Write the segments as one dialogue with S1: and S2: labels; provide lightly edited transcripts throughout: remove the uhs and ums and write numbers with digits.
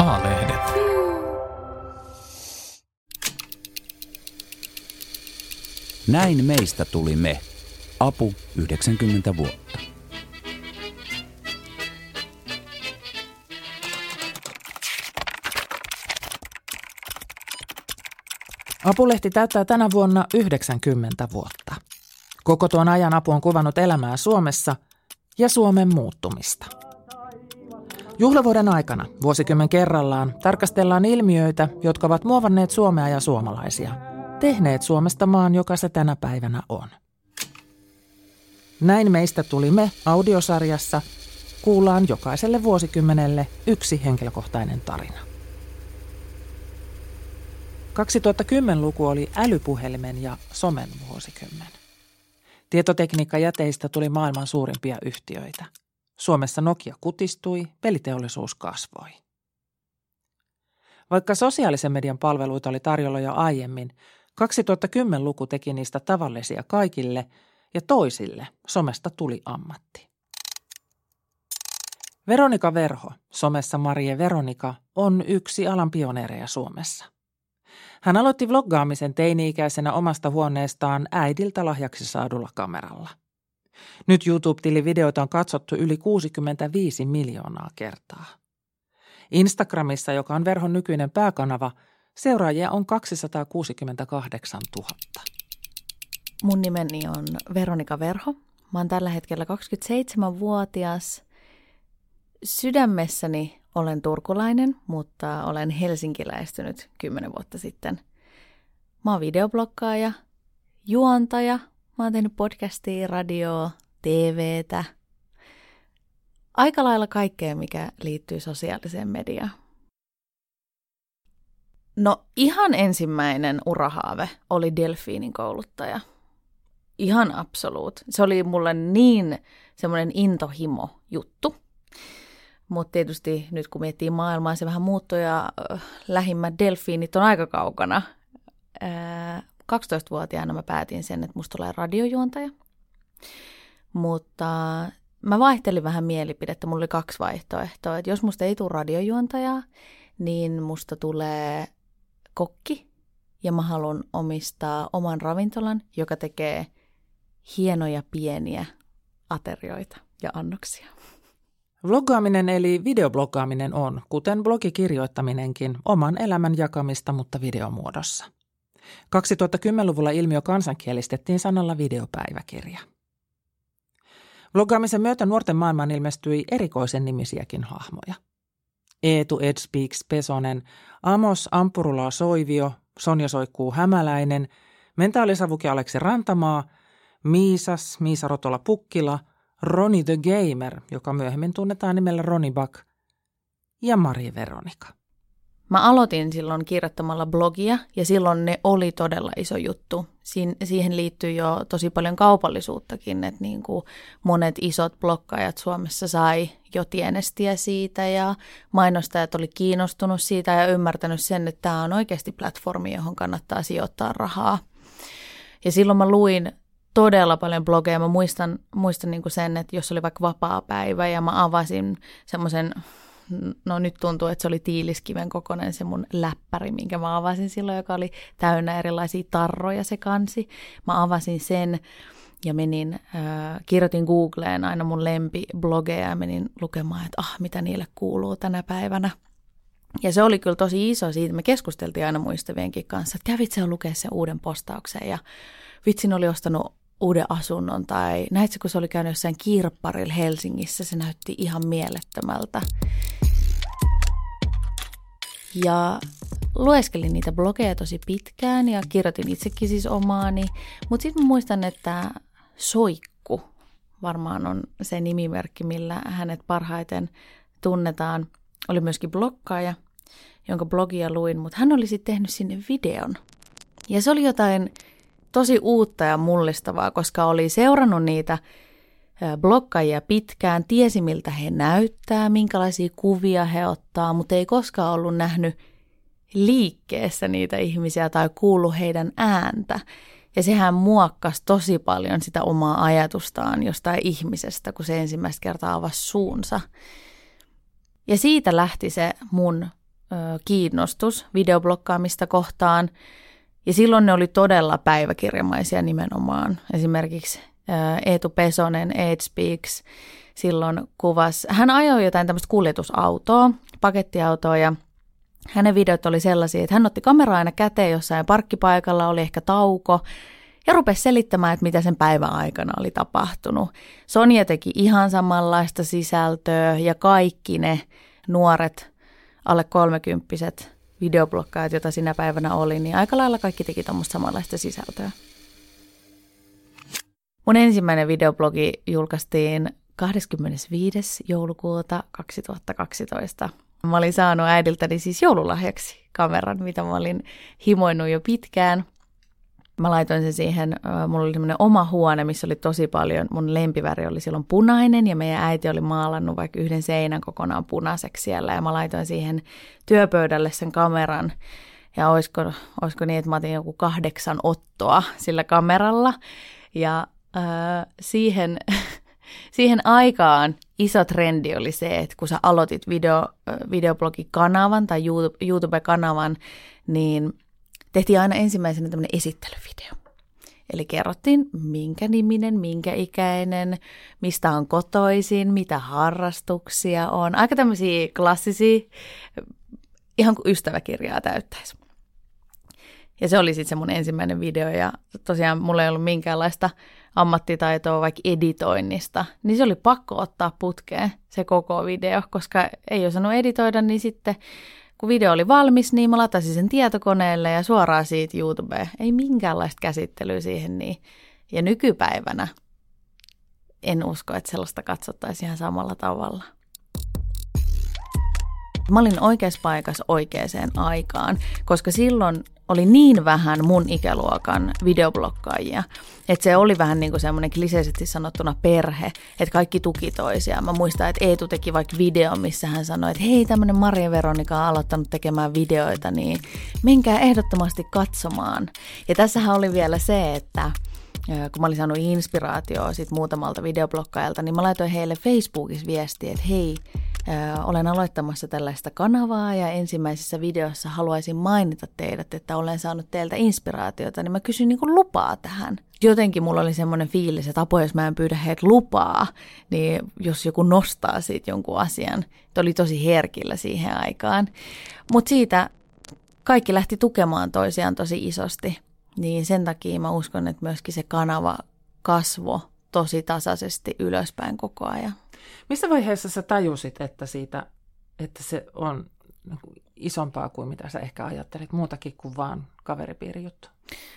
S1: A-lehdet.
S2: Näin meistä tuli me. Apu 90 vuotta.
S3: Apulehti täyttää tänä vuonna 90 vuotta. Koko tuon ajan Apu on kuvannut elämää Suomessa ja Suomen muuttumista. Juhlavuoden aikana vuosikymmen kerrallaan tarkastellaan ilmiöitä, jotka ovat muovanneet Suomea ja suomalaisia, tehneet Suomesta maan, joka se tänä päivänä on. Näin meistä tuli me -audiosarjassa kuullaan jokaiselle vuosikymmenelle yksi henkilökohtainen tarina. 2010-luku oli älypuhelimen ja somen vuosikymmen. Tietotekniikkajäteistä tuli maailman suurimpia yhtiöitä. Suomessa Nokia kutistui, peliteollisuus kasvoi. Vaikka sosiaalisen median palveluita oli tarjolla jo aiemmin, 2010-luku teki niistä tavallisia kaikille ja toisille somesta tuli ammatti. Veronika Verho, somessa Marie Veronika, on yksi alan pioneereja Suomessa. Hän aloitti vloggaamisen teini-ikäisenä omasta huoneestaan äidiltä lahjaksi saadulla kameralla. Nyt YouTube-tilivideoita on katsottu yli 65 miljoonaa kertaa. Instagramissa, joka on Verhon nykyinen pääkanava, seuraajia on 268 000.
S4: Mun nimeni on Veronika Verho. Mä oon tällä hetkellä 27-vuotias. Sydämessäni olen turkulainen, mutta olen helsinkiläistynyt 10 vuotta sitten. Mä oon videobloggaaja, juontaja. Mä oon tehnyt podcastia, radioa, TVtä. Aika lailla kaikkea, mikä liittyy sosiaaliseen mediaan. No ihan ensimmäinen urahaave oli delfiinin kouluttaja. Ihan absoluut. Se oli mulle niin semmoinen intohimo juttu. Mutta tietysti nyt kun miettii maailmaa, se vähän muuttui ja lähimmät delfiinit on aika kaukana. 12-vuotiaana mä päätin sen, että musta tulee radiojuontaja. Mutta mä vaihtelin vähän mielipidettä. Mulla oli 2 vaihtoehtoa. Että jos musta ei tule radiojuontajaa, niin musta tulee kokki. Ja mä haluan omistaa oman ravintolan, joka tekee hienoja pieniä aterioita ja annoksia.
S3: Vloggaaminen eli videobloggaaminen on, kuten blogikirjoittaminenkin, oman elämän jakamista, mutta videomuodossa. 2010-luvulla ilmiö kansankielistettiin sanalla videopäiväkirja. Vloggaamisen myötä nuorten maailmaan ilmestyi erikoisen nimisiäkin hahmoja. Eetu Edspeaks Pesonen, Amos Ampurula Soivio, Sonja Soikkuu Hämäläinen, Mentaalisavuki Aleksi Rantamaa, Miisa Rotola Pukkila, Roni the Gamer, joka myöhemmin tunnetaan nimellä Roni Buck, ja Marie Veronika.
S4: Mä aloitin silloin kirjoittamalla blogia ja silloin ne oli todella iso juttu. Siihen liittyy jo tosi paljon kaupallisuuttakin, että niin kuin monet isot bloggaajat Suomessa sai jo tienestiä siitä ja mainostajat oli kiinnostunut siitä ja ymmärtänyt sen, että tämä on oikeasti platformi, johon kannattaa sijoittaa rahaa. Ja silloin mä luin todella paljon blogeja. Mä muistan niin kuin sen, että jos oli vaikka vapaapäivä ja mä avasin semmoisen, no nyt tuntuu, että se oli tiiliskiven kokoinen se mun läppäri, minkä mä avasin silloin, joka oli täynnä erilaisia tarroja se kansi. Mä avasin sen ja kirjoitin Googleen aina mun lempiblogeja ja menin lukemaan, että mitä niille kuuluu tänä päivänä. Ja se oli kyllä tosi iso siitä. Me keskusteltiin aina muistavienkin kanssa, että kävit se lukea sen uuden postauksen ja vitsin oli ostanut uuden asunnon tai näitkö, kun se oli käynyt jossain kirpparilla Helsingissä, se näytti ihan mielettömältä. Ja lueskelin niitä blogeja tosi pitkään ja kirjoitin itsekin siis omaani, mutta sitten mä muistan, että Soikku varmaan on se nimimerkki, millä hänet parhaiten tunnetaan. Oli myöskin bloggaaja, jonka blogia luin, mutta hän oli sitten tehnyt sinne videon. Ja se oli jotain tosi uutta ja mullistavaa, koska oli seurannut niitä bloggaajia pitkään, tiesi miltä he näyttää, minkälaisia kuvia he ottaa, mutta ei koskaan ollut nähnyt liikkeessä niitä ihmisiä tai kuullut heidän ääntä. Ja sehän muokkasi tosi paljon sitä omaa ajatustaan jostain ihmisestä, kun se ensimmäistä kertaa avasi suunsa. Ja siitä lähti se mun kiinnostus videoblokkaamista kohtaan. Ja silloin ne oli todella päiväkirjamaisia nimenomaan. Esimerkiksi Eetu Pesonen, Age Speaks, silloin kuvasi, hän ajoi jotain tämmöistä kuljetusautoa, pakettiautoa ja hänen videot oli sellaisia, että hän otti kameraa aina käteen jossain parkkipaikalla, oli ehkä tauko ja rupesi selittämään, että mitä sen päivän aikana oli tapahtunut. Sonja teki ihan samanlaista sisältöä ja kaikki ne nuoret alle 30-vuotiaat videoblokkaajat, joita sinä päivänä oli, niin aika lailla kaikki teki tuommoista samanlaista sisältöä. Mun ensimmäinen videoblogi julkaistiin 25. joulukuuta 2012. Mä olin saanut äidiltäni siis joululahjaksi kameran, mitä mä olin himoinut jo pitkään. Mä laitoin sen siihen, mulla oli semmoinen oma huone, missä oli tosi paljon, mun lempiväri oli silloin punainen ja meidän äiti oli maalannut vaikka yhden seinän kokonaan punaiseksi siellä ja mä laitoin siihen työpöydälle sen kameran ja olisiko niin, että mä otin joku 8 ottoa sillä kameralla ja siihen aikaan iso trendi oli se, että kun sä aloitit videoblogikanavan tai YouTube-kanavan, niin tehtiin aina ensimmäisenä tämmöinen esittelyvideo. Eli kerrottiin, minkä niminen, minkä ikäinen, mistä on kotoisin, mitä harrastuksia on. Aika tämmöisiä klassisia, ihan kuin ystäväkirjaa täyttäisi. Ja se oli sitten se mun ensimmäinen video ja tosiaan mulla ei ollut minkäänlaista ammattitaitoa vaikka editoinnista, niin se oli pakko ottaa putkeen se koko video, koska ei osannut editoida, niin sitten kun video oli valmis, niin mä latasin sen tietokoneelle ja suoraan siitä YouTubeen. Ei minkäänlaista käsittelyä siihen niin. Ja nykypäivänä en usko, että sellaista katsottaisiin ihan samalla tavalla. Mä olin oikeassa paikassa oikeaan aikaan, koska silloin oli niin vähän mun ikäluokan videoblokkaajia, että se oli vähän niin kuin semmoinen kliseisesti sanottuna perhe, että kaikki tuki toisiaan. Mä muistan, että Eetu teki vaikka video, missä hän sanoi, että hei, tämmöinen Maria Veronika on aloittanut tekemään videoita, niin menkää ehdottomasti katsomaan. Ja tässähän oli vielä se, että kun mä olin saanut inspiraatioa sit muutamalta videoblokkaajalta, niin mä laitoin heille Facebookissa viestiä, että hei, olen aloittamassa tällaista kanavaa ja ensimmäisessä videossa haluaisin mainita teidät, että olen saanut teiltä inspiraatiota, niin mä kysyin niin kuin lupaa tähän. Jotenkin mulla oli semmoinen fiilis, että apua, jos mä en pyydä heitä lupaa, niin jos joku nostaa siitä jonkun asian, että oli tosi herkillä siihen aikaan. Mutta siitä kaikki lähti tukemaan toisiaan tosi isosti, niin sen takia mä uskon, että myöskin se kanava kasvoi tosi tasaisesti ylöspäin koko ajan.
S3: Missä vaiheessa sä tajusit, että se on isompaa kuin mitä sä ehkä ajattelit, muutakin kuin vaan kaveripiirijuttu?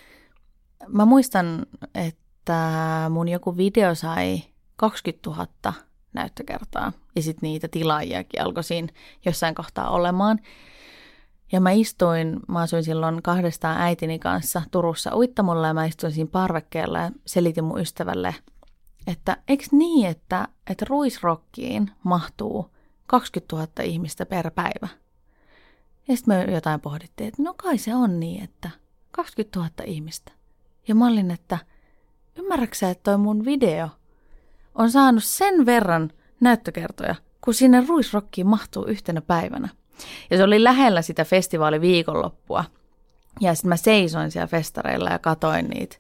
S4: Mä muistan, että mun joku video sai 20 000 näyttökertaa ja sitten niitä tilaajiakin alkoi siinä jossain kohtaa olemaan. Ja mä asuin silloin 2 äitini kanssa Turussa Uittamolla ja mä istuin siinä parvekkeella ja selitin mun ystävälle, että eikö niin, että Ruisrockiin mahtuu 20 000 ihmistä per päivä? Ja sitten me jotain pohdittiin, että no kai se on niin, että 20 000 ihmistä. Ja mä olin, että ymmärrätkö sä, että toi mun video on saanut sen verran näyttökertoja, kun sinne Ruisrockiin mahtuu yhtenä päivänä. Ja se oli lähellä sitä festivaaliviikonloppua. Ja sitten mä seisoin siellä festareilla ja katoin niitä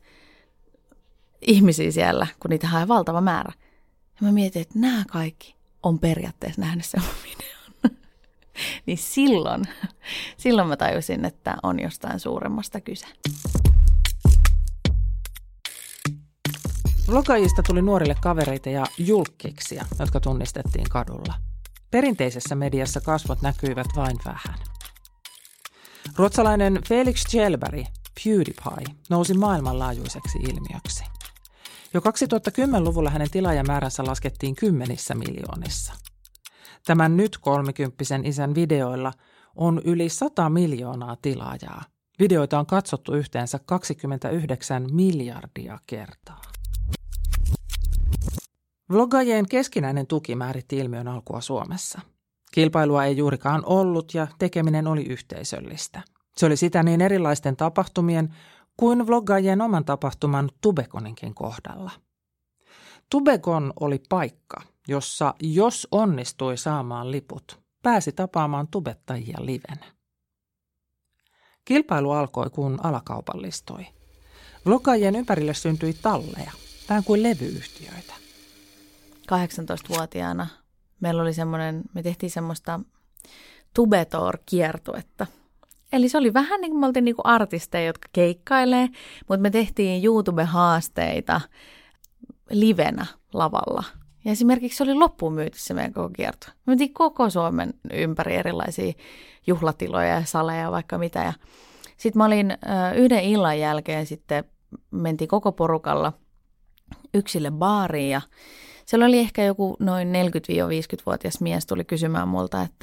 S4: ihmisiä siellä, kun niitä hae valtava määrä. Ja mä mietin, että nämä kaikki on periaatteessa nähnyt sen videon. Niin silloin mä tajusin, että on jostain suuremmasta kyse.
S3: Vlogaajista tuli nuorille kavereita ja julkkiksia, jotka tunnistettiin kadulla. Perinteisessä mediassa kasvot näkyivät vain vähän. Ruotsalainen Felix Kjellberg, PewDiePie, nousi maailmanlaajuiseksi ilmiöksi. Jo 2010-luvulla hänen tilaajamääränsä laskettiin 10 miljoonissa. Tämän nyt 30-vuotiaan isän videoilla on yli 100 miljoonaa tilaajaa. Videoita on katsottu yhteensä 29 miljardia kertaa. Vloggaajien keskinäinen tuki määritti ilmiön alkua Suomessa. Kilpailua ei juurikaan ollut ja tekeminen oli yhteisöllistä. Se oli sitä niin erilaisten tapahtumien kuin vloggaajien oman tapahtuman Tubeconinkin kohdalla. Tubecon oli paikka, jossa jos onnistui saamaan liput, pääsi tapaamaan tubettajia livenä. Kilpailu alkoi, kun ala kaupallistui. Vloggaajien ympärille syntyi talleja, vähän kuin levyyhtiöitä.
S4: 18-vuotiaana meillä oli me tehtiin semmoista Tubetour-kiertuetta. Eli se oli vähän niin kuin me oltiin niin kuin artisteja, jotka keikkailee, mutta me tehtiin YouTube-haasteita livenä lavalla. Ja esimerkiksi se oli loppuun myyty se meidän koko kierto. Me mentiin koko Suomen ympäri erilaisia juhlatiloja ja saleja vaikka mitä. Ja sitten mä olin yhden illan jälkeen sitten mentiin koko porukalla yksille baariin ja siellä oli ehkä joku noin 40-50-vuotias mies tuli kysymään multa, että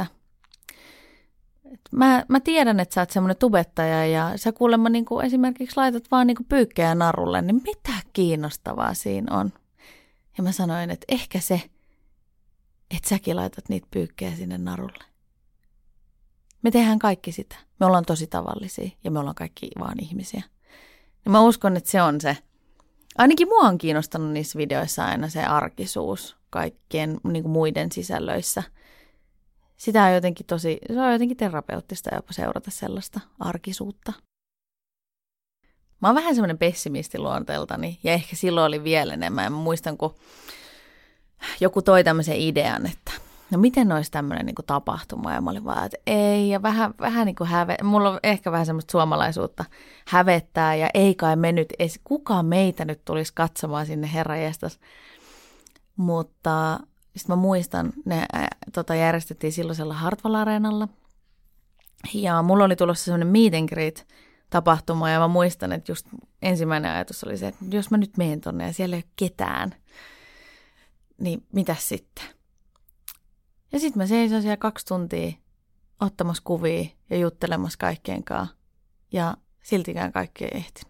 S4: mä tiedän, että sä oot semmoinen tubettaja ja sä kuulemma niin kuin esimerkiksi laitat vaan niin kuin pyykkejä narulle, niin mitä kiinnostavaa siinä on? Ja mä sanoin, että ehkä se, että säkin laitat niitä pyykkejä sinne narulle. Me tehdään kaikki sitä. Me ollaan tosi tavallisia ja me ollaan kaikki vaan ihmisiä. Ja mä uskon, että se on se. Ainakin mua on kiinnostanut niissä videoissa aina se arkisuus kaikkien niin kuin muiden sisällöissä. Sitä on se on jotenkin terapeuttista jopa seurata sellaista arkisuutta. Mä oon vähän semmoinen pessimisti luonteeltani ja ehkä silloin oli vielä enemmän. Ja mä muistan, kun joku toi tämmöisen idean, että no miten olisi tämmöinen niin kuin tapahtuma. Ja mä olin vaan, että ei ja vähän niin kuin mulla on ehkä vähän semmoista suomalaisuutta hävettää ja ei kai me nyt, kukaan meitä nyt tulisi katsomaan sinne herranjestas. Mutta sitten mä muistan, ne järjestettiin silloisella Hartwall-areenalla ja mulla oli tulossa semmoinen meet and greet tapahtuma ja mä muistan, että just ensimmäinen ajatus oli se, että jos mä nyt menen tonne ja siellä ei ole ketään, niin mitäs sitten? Ja sitten mä seisoin siellä 2 tuntia ottamassa kuvia ja juttelemassa kaikkien kanssa ja siltikään kaikki ei ehtinyt.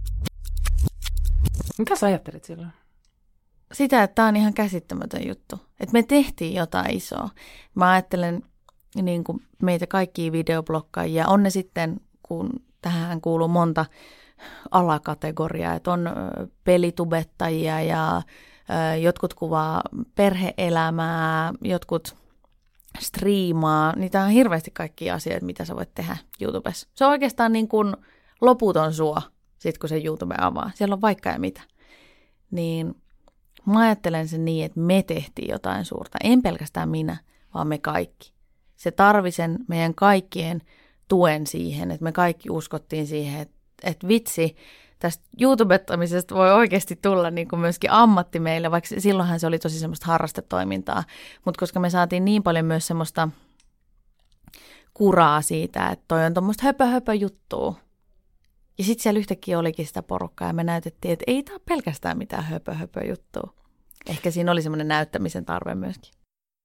S3: Mitä sä ajattelit silloin?
S4: Sitä, että tää on ihan käsittämätön juttu. Että me tehtiin jotain isoa. Mä ajattelen niin kuin meitä kaikkia videoblokkaajia. On ne sitten, kun tähän kuuluu monta alakategoriaa. Että on pelitubettajia ja jotkut kuvaa perhe-elämää, jotkut striimaa. Niitä on hirveästi kaikkia asioita, mitä sä voit tehdä YouTubessa. Se on oikeastaan niin kuin loputon suo, sit kun se YouTube avaa. Siellä on vaikka ja mitä. Niin mä ajattelen sen niin, että me tehtiin jotain suurta. En pelkästään minä, vaan me kaikki. Se tarvi sen meidän kaikkien tuen siihen, että me kaikki uskottiin siihen, että vitsi, tästä YouTubettamisesta voi oikeasti tulla niin kuin myöskin ammatti meille, vaikka silloinhan se oli tosi semmoista harrastetoimintaa. Mutta koska me saatiin niin paljon myös semmoista kuraa siitä, että toi on tuommoista höpö juttua. Ja sitten siellä yhtäkkiä olikin sitä porukkaa ja me näytettiin, että ei tämä ole pelkästään mitään höpö juttua. Ehkä siinä oli semmoinen näyttämisen tarve myöskin.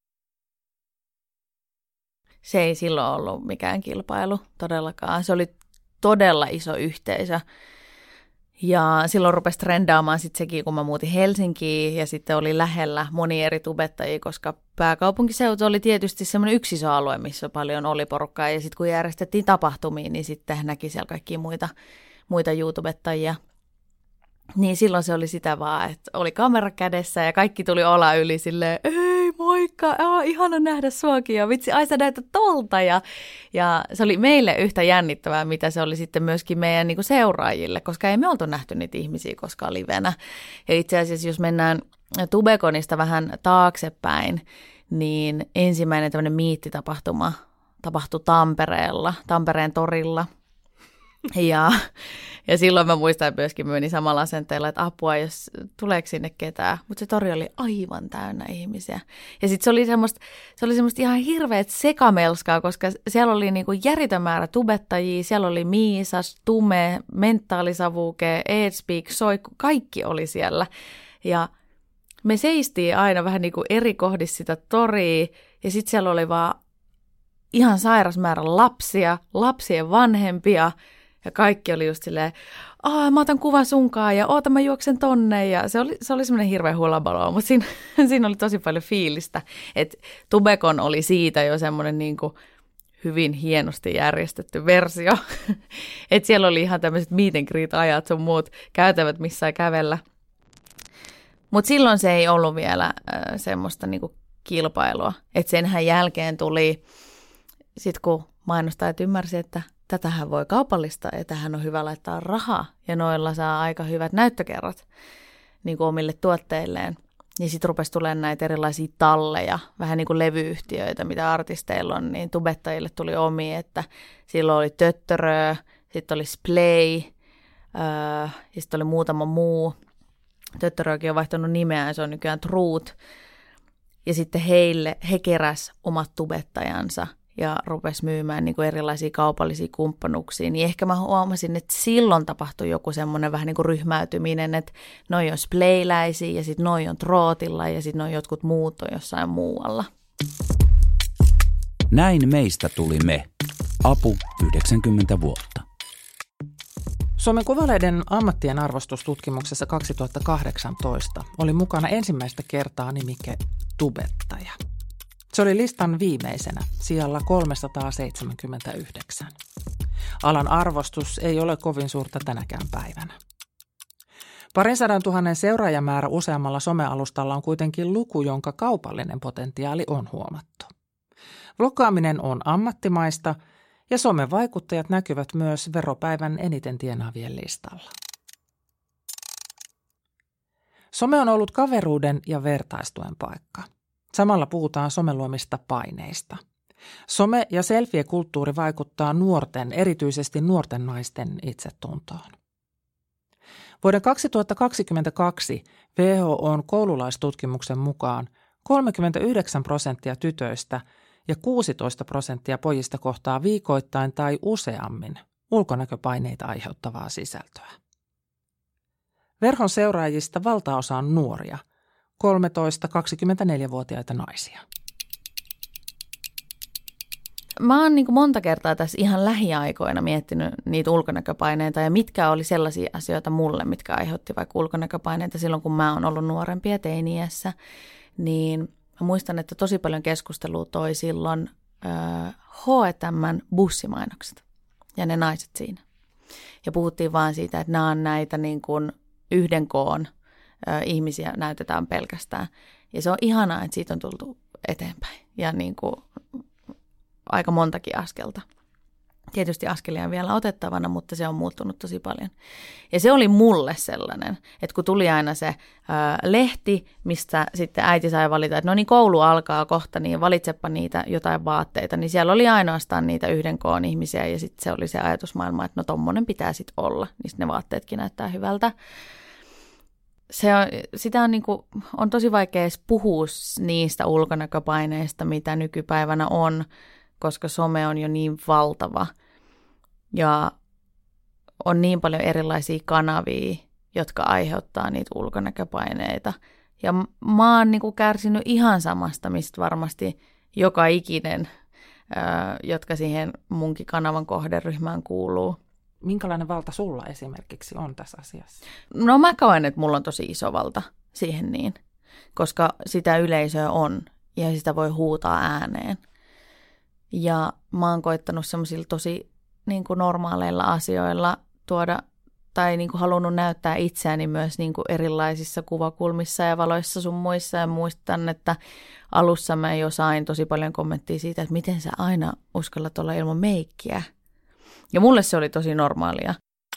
S4: Se ei silloin ollut mikään kilpailu todellakaan. Se oli todella iso yhteisö. Ja silloin rupesi trendaamaan sitten sekin, kun mä muutin Helsinkiin ja sitten oli lähellä monia eri tubettajia, koska pääkaupunkiseutu oli tietysti semmoinen yksi iso alue, missä paljon oli porukkaa. Ja sitten kun järjestettiin tapahtumia, niin sitten näki siellä kaikkia muita YouTubettajia. Niin silloin se oli sitä vaan, että oli kamera kädessä ja kaikki tuli olla yli silleen, ei moikka, ihana nähdä suakin ja vitsi, ai sä näytät tolta. Ja se oli meille yhtä jännittävää, mitä se oli sitten myöskin meidän niinku seuraajille, koska ei me oltu nähty niitä ihmisiä koskaan livenä. Ja itse asiassa, jos mennään Tubeconista vähän taaksepäin, niin ensimmäinen tämmöinen miittitapahtuma tapahtui Tampereen torilla. Ja silloin mä muistan myöskin myöni samalla asenteella, että apua, jos tuleeko sinne ketään. Mutta se tori oli aivan täynnä ihmisiä. Ja sitten se oli semmoista ihan hirveät sekamelskaa, koska siellä oli niinku järjetön määrä tubettajia. Siellä oli Miisas, Tume, Mentaalisavuke, Edspeak, Soikku, kaikki oli siellä. Ja me seistiin aina vähän niinku eri kohdissa sitä toria. Ja sitten siellä oli vaan ihan sairas määrä lapsia, lapsien vanhempia. Ja kaikki oli just silleen, mä otan kuvan sunkaan ja mä juoksen tonne. Ja se oli semmoinen hirveä hullabalo, mutta siinä oli tosi paljon fiilistä. Että Tubecon oli siitä jo semmoinen niin kuin hyvin hienosti järjestetty versio. Että siellä oli ihan tämmöiset meet and greet-ajat sun muut käytävät missä kävellä. Mutta silloin se ei ollut vielä semmoista niin kuin kilpailua. Että senhän jälkeen tuli, sitten kun mainostajat ymmärsi, että tätähän voi kaupallistaa ja tähän on hyvä laittaa rahaa ja noilla saa aika hyvät näyttökerrat niin kuin omille tuotteilleen. Niin sitten rupesi tulemaan näitä erilaisia talleja, vähän niin kuin levyyhtiöitä, mitä artisteilla on, niin tubettajille tuli omi, että silloin oli Töttörö, sitten oli Splay, ja sitten oli muutama muu. Töttörökin on vaihtanut nimeään, se on nykyään Truth. Ja sitten he keräs omat tubettajansa ja rupesi myymään niin kuin erilaisia kaupallisia kumppanuuksia. Niin ehkä mä huomasin, että silloin tapahtui joku semmoinen vähän niin kuin ryhmäytyminen, että noi on splayläisiä ja sitten noi on Trootilla ja sitten noi jotkut muut on jossain muualla.
S2: Näin meistä tuli me. Apu 90 vuotta.
S3: Suomen Kuvaleiden ammattien arvostustutkimuksessa 2018 oli mukana ensimmäistä kertaa nimike tubettaja. Se oli listan viimeisenä, sijalla 379. Alan arvostus ei ole kovin suurta tänäkään päivänä. 200 000 seuraajamäärä useammalla somealustalla on kuitenkin luku, jonka kaupallinen potentiaali on huomattu. Vloggaaminen on ammattimaista ja somevaikuttajat näkyvät myös veropäivän eniten tienaavien listalla. Some on ollut kaveruuden ja vertaistuen paikka. Samalla puhutaan somen luomista paineista. Some- ja selfie-kulttuuri vaikuttaa nuorten, erityisesti nuorten naisten itsetuntoon. Vuoden 2022 WHO:n koululaistutkimuksen mukaan 39% tytöistä ja 16% pojista kohtaa viikoittain tai useammin ulkonäköpaineita aiheuttavaa sisältöä. Verhon seuraajista valtaosa on nuoria, 13-24-vuotiaita naisia.
S4: Mä oon niin kuin monta kertaa tässä ihan lähiaikoina miettinyt niitä ulkonäköpaineita ja mitkä oli sellaisia asioita mulle, mitkä aiheutti vaikka ulkonäköpaineita silloin, kun mä oon ollut nuorempi ja teini-iässä. Niin mä muistan, että tosi paljon keskustelua toi silloin H&M:n bussimainokset ja ne naiset siinä. Ja puhuttiin vaan siitä, että nämä on näitä niin kuin yhden koon ihmisiä näytetään pelkästään. Ja se on ihanaa, että siitä on tultu eteenpäin ja niin kuin aika montakin askelta. Tietysti askelia on vielä otettavana, mutta se on muuttunut tosi paljon. Ja se oli mulle sellainen, että kun tuli aina se lehti, mistä sitten äiti sai valita, että no niin koulu alkaa kohta, niin valitsepa niitä jotain vaatteita, niin siellä oli ainoastaan niitä yhden koon ihmisiä ja sitten se oli se ajatusmaailma, että no tommonen pitää sitten olla, niin ne vaatteetkin näyttää hyvältä. Sitä on, on tosi vaikea edes puhua niistä ulkonäköpaineista, mitä nykypäivänä on, koska some on jo niin valtava ja on niin paljon erilaisia kanavia, jotka aiheuttaa niitä ulkonäköpaineita. Ja mä oon kärsinyt ihan samasta, mistä varmasti joka ikinen, jotka siihen munkin kanavan kohderyhmään kuuluu.
S3: Minkälainen valta sulla esimerkiksi on tässä asiassa?
S4: No mä koen, että mulla on tosi iso valta siihen niin, koska sitä yleisöä on ja sitä voi huutaa ääneen. Ja mä oon koittanut semmoisilla tosi normaaleilla asioilla tuoda tai halunnut näyttää itseäni myös erilaisissa kuvakulmissa ja valoissa sun muissa. Ja muistan, että alussa mä jo sain tosi paljon kommenttia siitä, että miten sä aina uskallat olla ilman meikkiä. Ja mulle se oli tosi normaalia.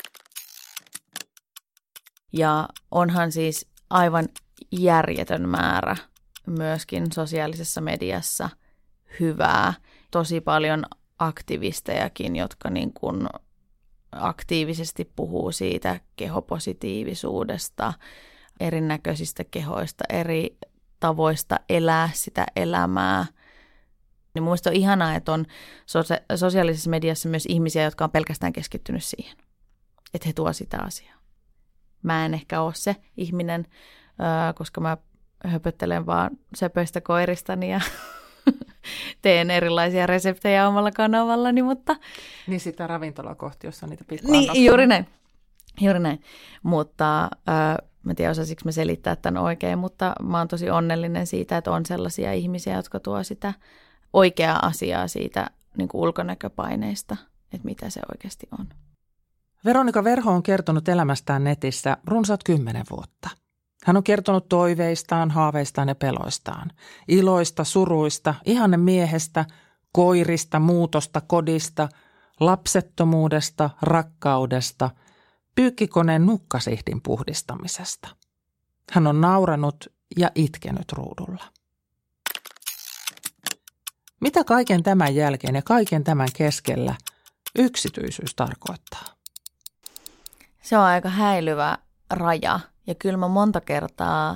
S4: Ja onhan siis aivan järjetön määrä myöskin sosiaalisessa mediassa hyvää. Tosi paljon aktivistejakin, jotka aktiivisesti puhuu siitä kehopositiivisuudesta, erinäköisistä kehoista, eri tavoista elää sitä elämää. Niin mun mielestä on ihanaa, että on sosiaalisessa mediassa myös ihmisiä, jotka on pelkästään keskittynyt siihen, että he tuovat sitä asiaa. Mä en ehkä ole se ihminen, koska mä höpöttelen vaan söpöistä koiristani ja teen erilaisia reseptejä omalla kanavallani, mutta...
S3: Niin sitä ravintolakohti, jossa on niitä
S4: niin, juuri näin. Mutta mä en tiedä, osaisinko mä selittää tämän oikein, mutta mä oon tosi onnellinen siitä, että on sellaisia ihmisiä, jotka tuo sitä oikeaa asiaa siitä ulkonäköpaineista, että mitä se oikeasti on.
S3: Veronika Verho on kertonut elämästään netissä runsaat 10 vuotta. Hän on kertonut toiveistaan, haaveistaan ja peloistaan. Iloista, suruista, ihannemiehestä, koirista, muutosta, kodista, lapsettomuudesta, rakkaudesta, pyykkikoneen nukkasihdin puhdistamisesta. Hän on nauranut ja itkenyt ruudulla. Mitä kaiken tämän jälkeen ja kaiken tämän keskellä yksityisyys tarkoittaa?
S4: Se on aika häilyvä raja ja kyllä mä monta kertaa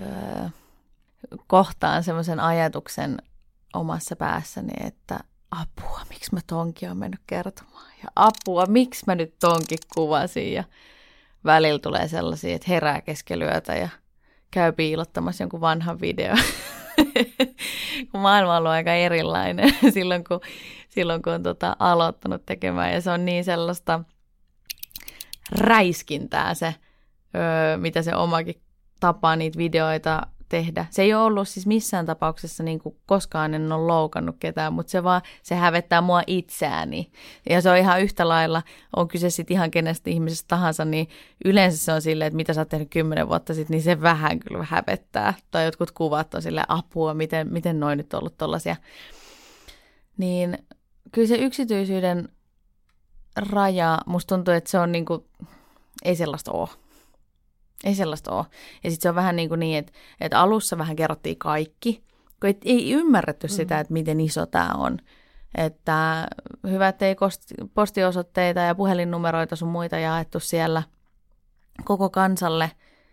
S4: kohtaan semmoisen ajatuksen omassa päässäni, että apua, miksi mä tonkin on mennyt kertomaan ja apua, miksi mä nyt tonkin kuvasin ja välillä tulee sellaisia, että herää keskelyötä ja käy piilottamassa jonkun vanhan video. Kun maailma on ollut aika erilainen silloin kun on aloittanut tekemään ja se on niin sellaista räiskintää se, mitä se omakin tapa niitä videoita tehdä. Se ei ole ollut siis missään tapauksessa niin kuin koskaan en ole loukannut ketään, mutta se hävettää mua itseäni. Ja se on ihan yhtä lailla, on kyse sitten ihan kenestä ihmisestä tahansa, niin yleensä se on silleen, että mitä sä oot tehnyt 10 vuotta sitten, niin se vähän kyllä hävettää. Tai jotkut kuvat on silleen apua, miten noi nyt on ollut tollaisia. Niin kyllä se yksityisyyden raja, musta tuntuu, että se on niinku, ei sellaista ole. Ei sellaista ole. Ja sitten se on vähän niin, että alussa vähän kerrottiin kaikki, kun ei ymmärretty sitä, että miten iso tämä on. Että hyvä, että ei postiosoitteita ja puhelinnumeroita sun muita jaettu siellä koko kansalle.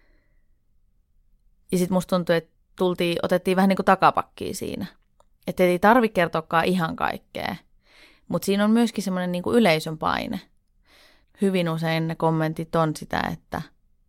S4: Ja sitten musta tuntui, että otettiin vähän niin kuin takapakkia siinä. Että ei tarvitse kertoakaan ihan kaikkea. Mutta siinä on myöskin semmoinen niin kuin yleisön paine. Hyvin usein ne kommentit on sitä, että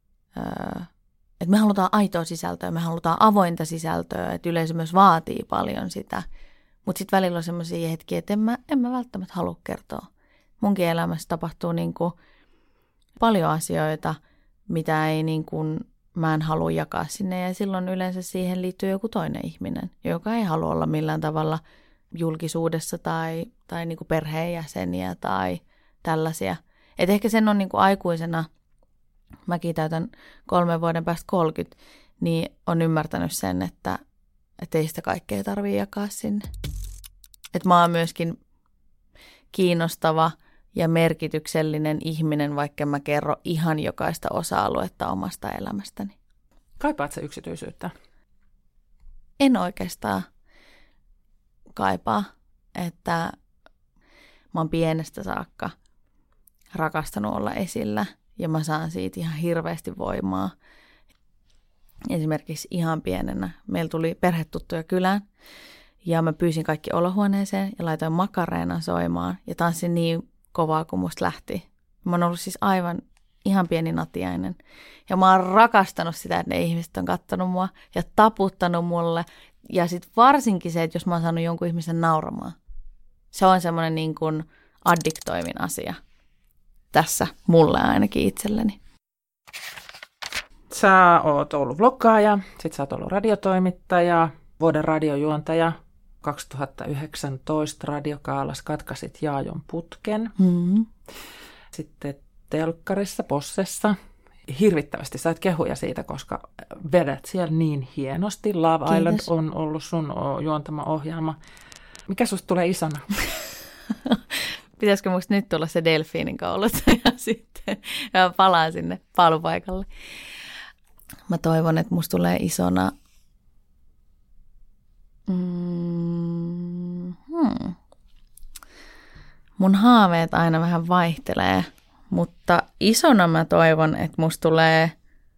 S4: me halutaan aitoa sisältöä, me halutaan avointa sisältöä, että yleisö myös vaatii paljon sitä. Mutta sitten välillä on semmoisia hetkiä, että en mä välttämättä halua kertoa. Munkin elämässä tapahtuu niin kuin paljon asioita, mitä ei niin kuin mä en halua jakaa sinne. Ja silloin yleensä siihen liittyy joku toinen ihminen, joka ei halua olla millään tavalla julkisuudessa tai niin kuin perheenjäseniä tai tällaisia. Et ehkä sen on niin kuin aikuisena, mäkin täytän 3 vuoden päästä 30, niin on ymmärtänyt sen, että ei sitä kaikkea tarvitse jakaa sinne. Että mä oon myöskin kiinnostava ja merkityksellinen ihminen, vaikka mä kerro ihan jokaista osa-aluetta omasta elämästäni.
S3: Kaipaat sä yksityisyyttä?
S4: En oikeastaan kaipaa, että mä oon pienestä saakka rakastanut olla esillä ja mä saan siitä ihan hirveästi voimaa. Esimerkiksi ihan pienenä meillä tuli perhetuttuja kylään ja mä pyysin kaikki olohuoneeseen ja laitoin Macarena soimaan ja tanssin niin kovaa kuin musta lähti. Mä oon ollut siis aivan ihan pieni natiainen ja mä oon rakastanut sitä, että ne ihmiset on kattonut mua ja taputtanut mulle. Ja sitten varsinkin se, että jos mä oon saanut jonkun ihmisen nauramaan. Se on semmoinen niin kuin addiktoivin asia tässä mulle ainakin itselleni.
S3: Sä oot ollut vloggaaja, sit sä oot ollut radiotoimittaja, vuoden radiojuontaja. 2019 radiokaalas katkaisit Jaajon putken. Mm-hmm. Sitten telkkarissa, Possessa. Hirvittävästi sait kehuja siitä, koska vedät siellä niin hienosti. Love Kiitos. Island on ollut sun juontama ohjelma. Mikä susta tulee isona?
S4: Pitäisikö musta nyt tulla se delfiinin kauluttaja sitten? Ja palaan sinne paalupaikalle. Mä toivon, että musta tulee isona. Mun haaveet aina vähän vaihtelee, mutta isona mä toivon, että musta tulee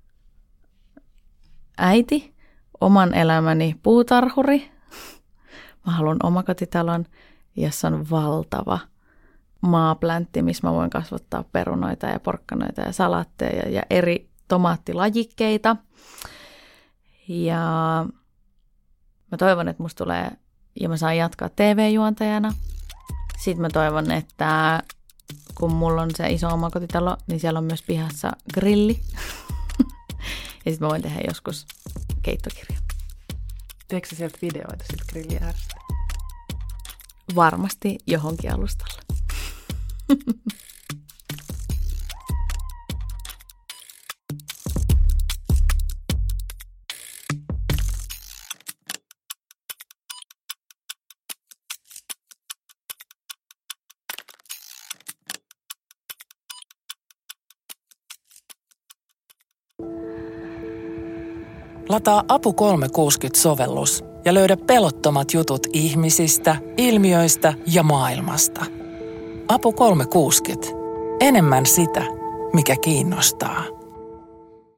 S4: äiti, oman elämäni puutarhuri. Mä haluan omakotitalon, jossa on valtava maapläntti, missä mä voin kasvattaa perunoita ja porkkanoita ja salaatteja ja eri tomaattilajikkeita. Ja mä toivon, että musta tulee, ja mä saan jatkaa TV-juontajana. Sitten mä toivon, että kun mulla on se iso omakotitalo, niin siellä on myös pihassa grilli. Ja sitten mä voin tehdä joskus keittokirjan.
S3: Teekö sä sieltä videoita sitten grillin äärestä?
S4: Varmasti johonkin alustalle.
S3: Lataa Apu 360-sovellus ja löydä pelottomat jutut ihmisistä, ilmiöistä ja maailmasta. Apu 360. Enemmän sitä, mikä kiinnostaa.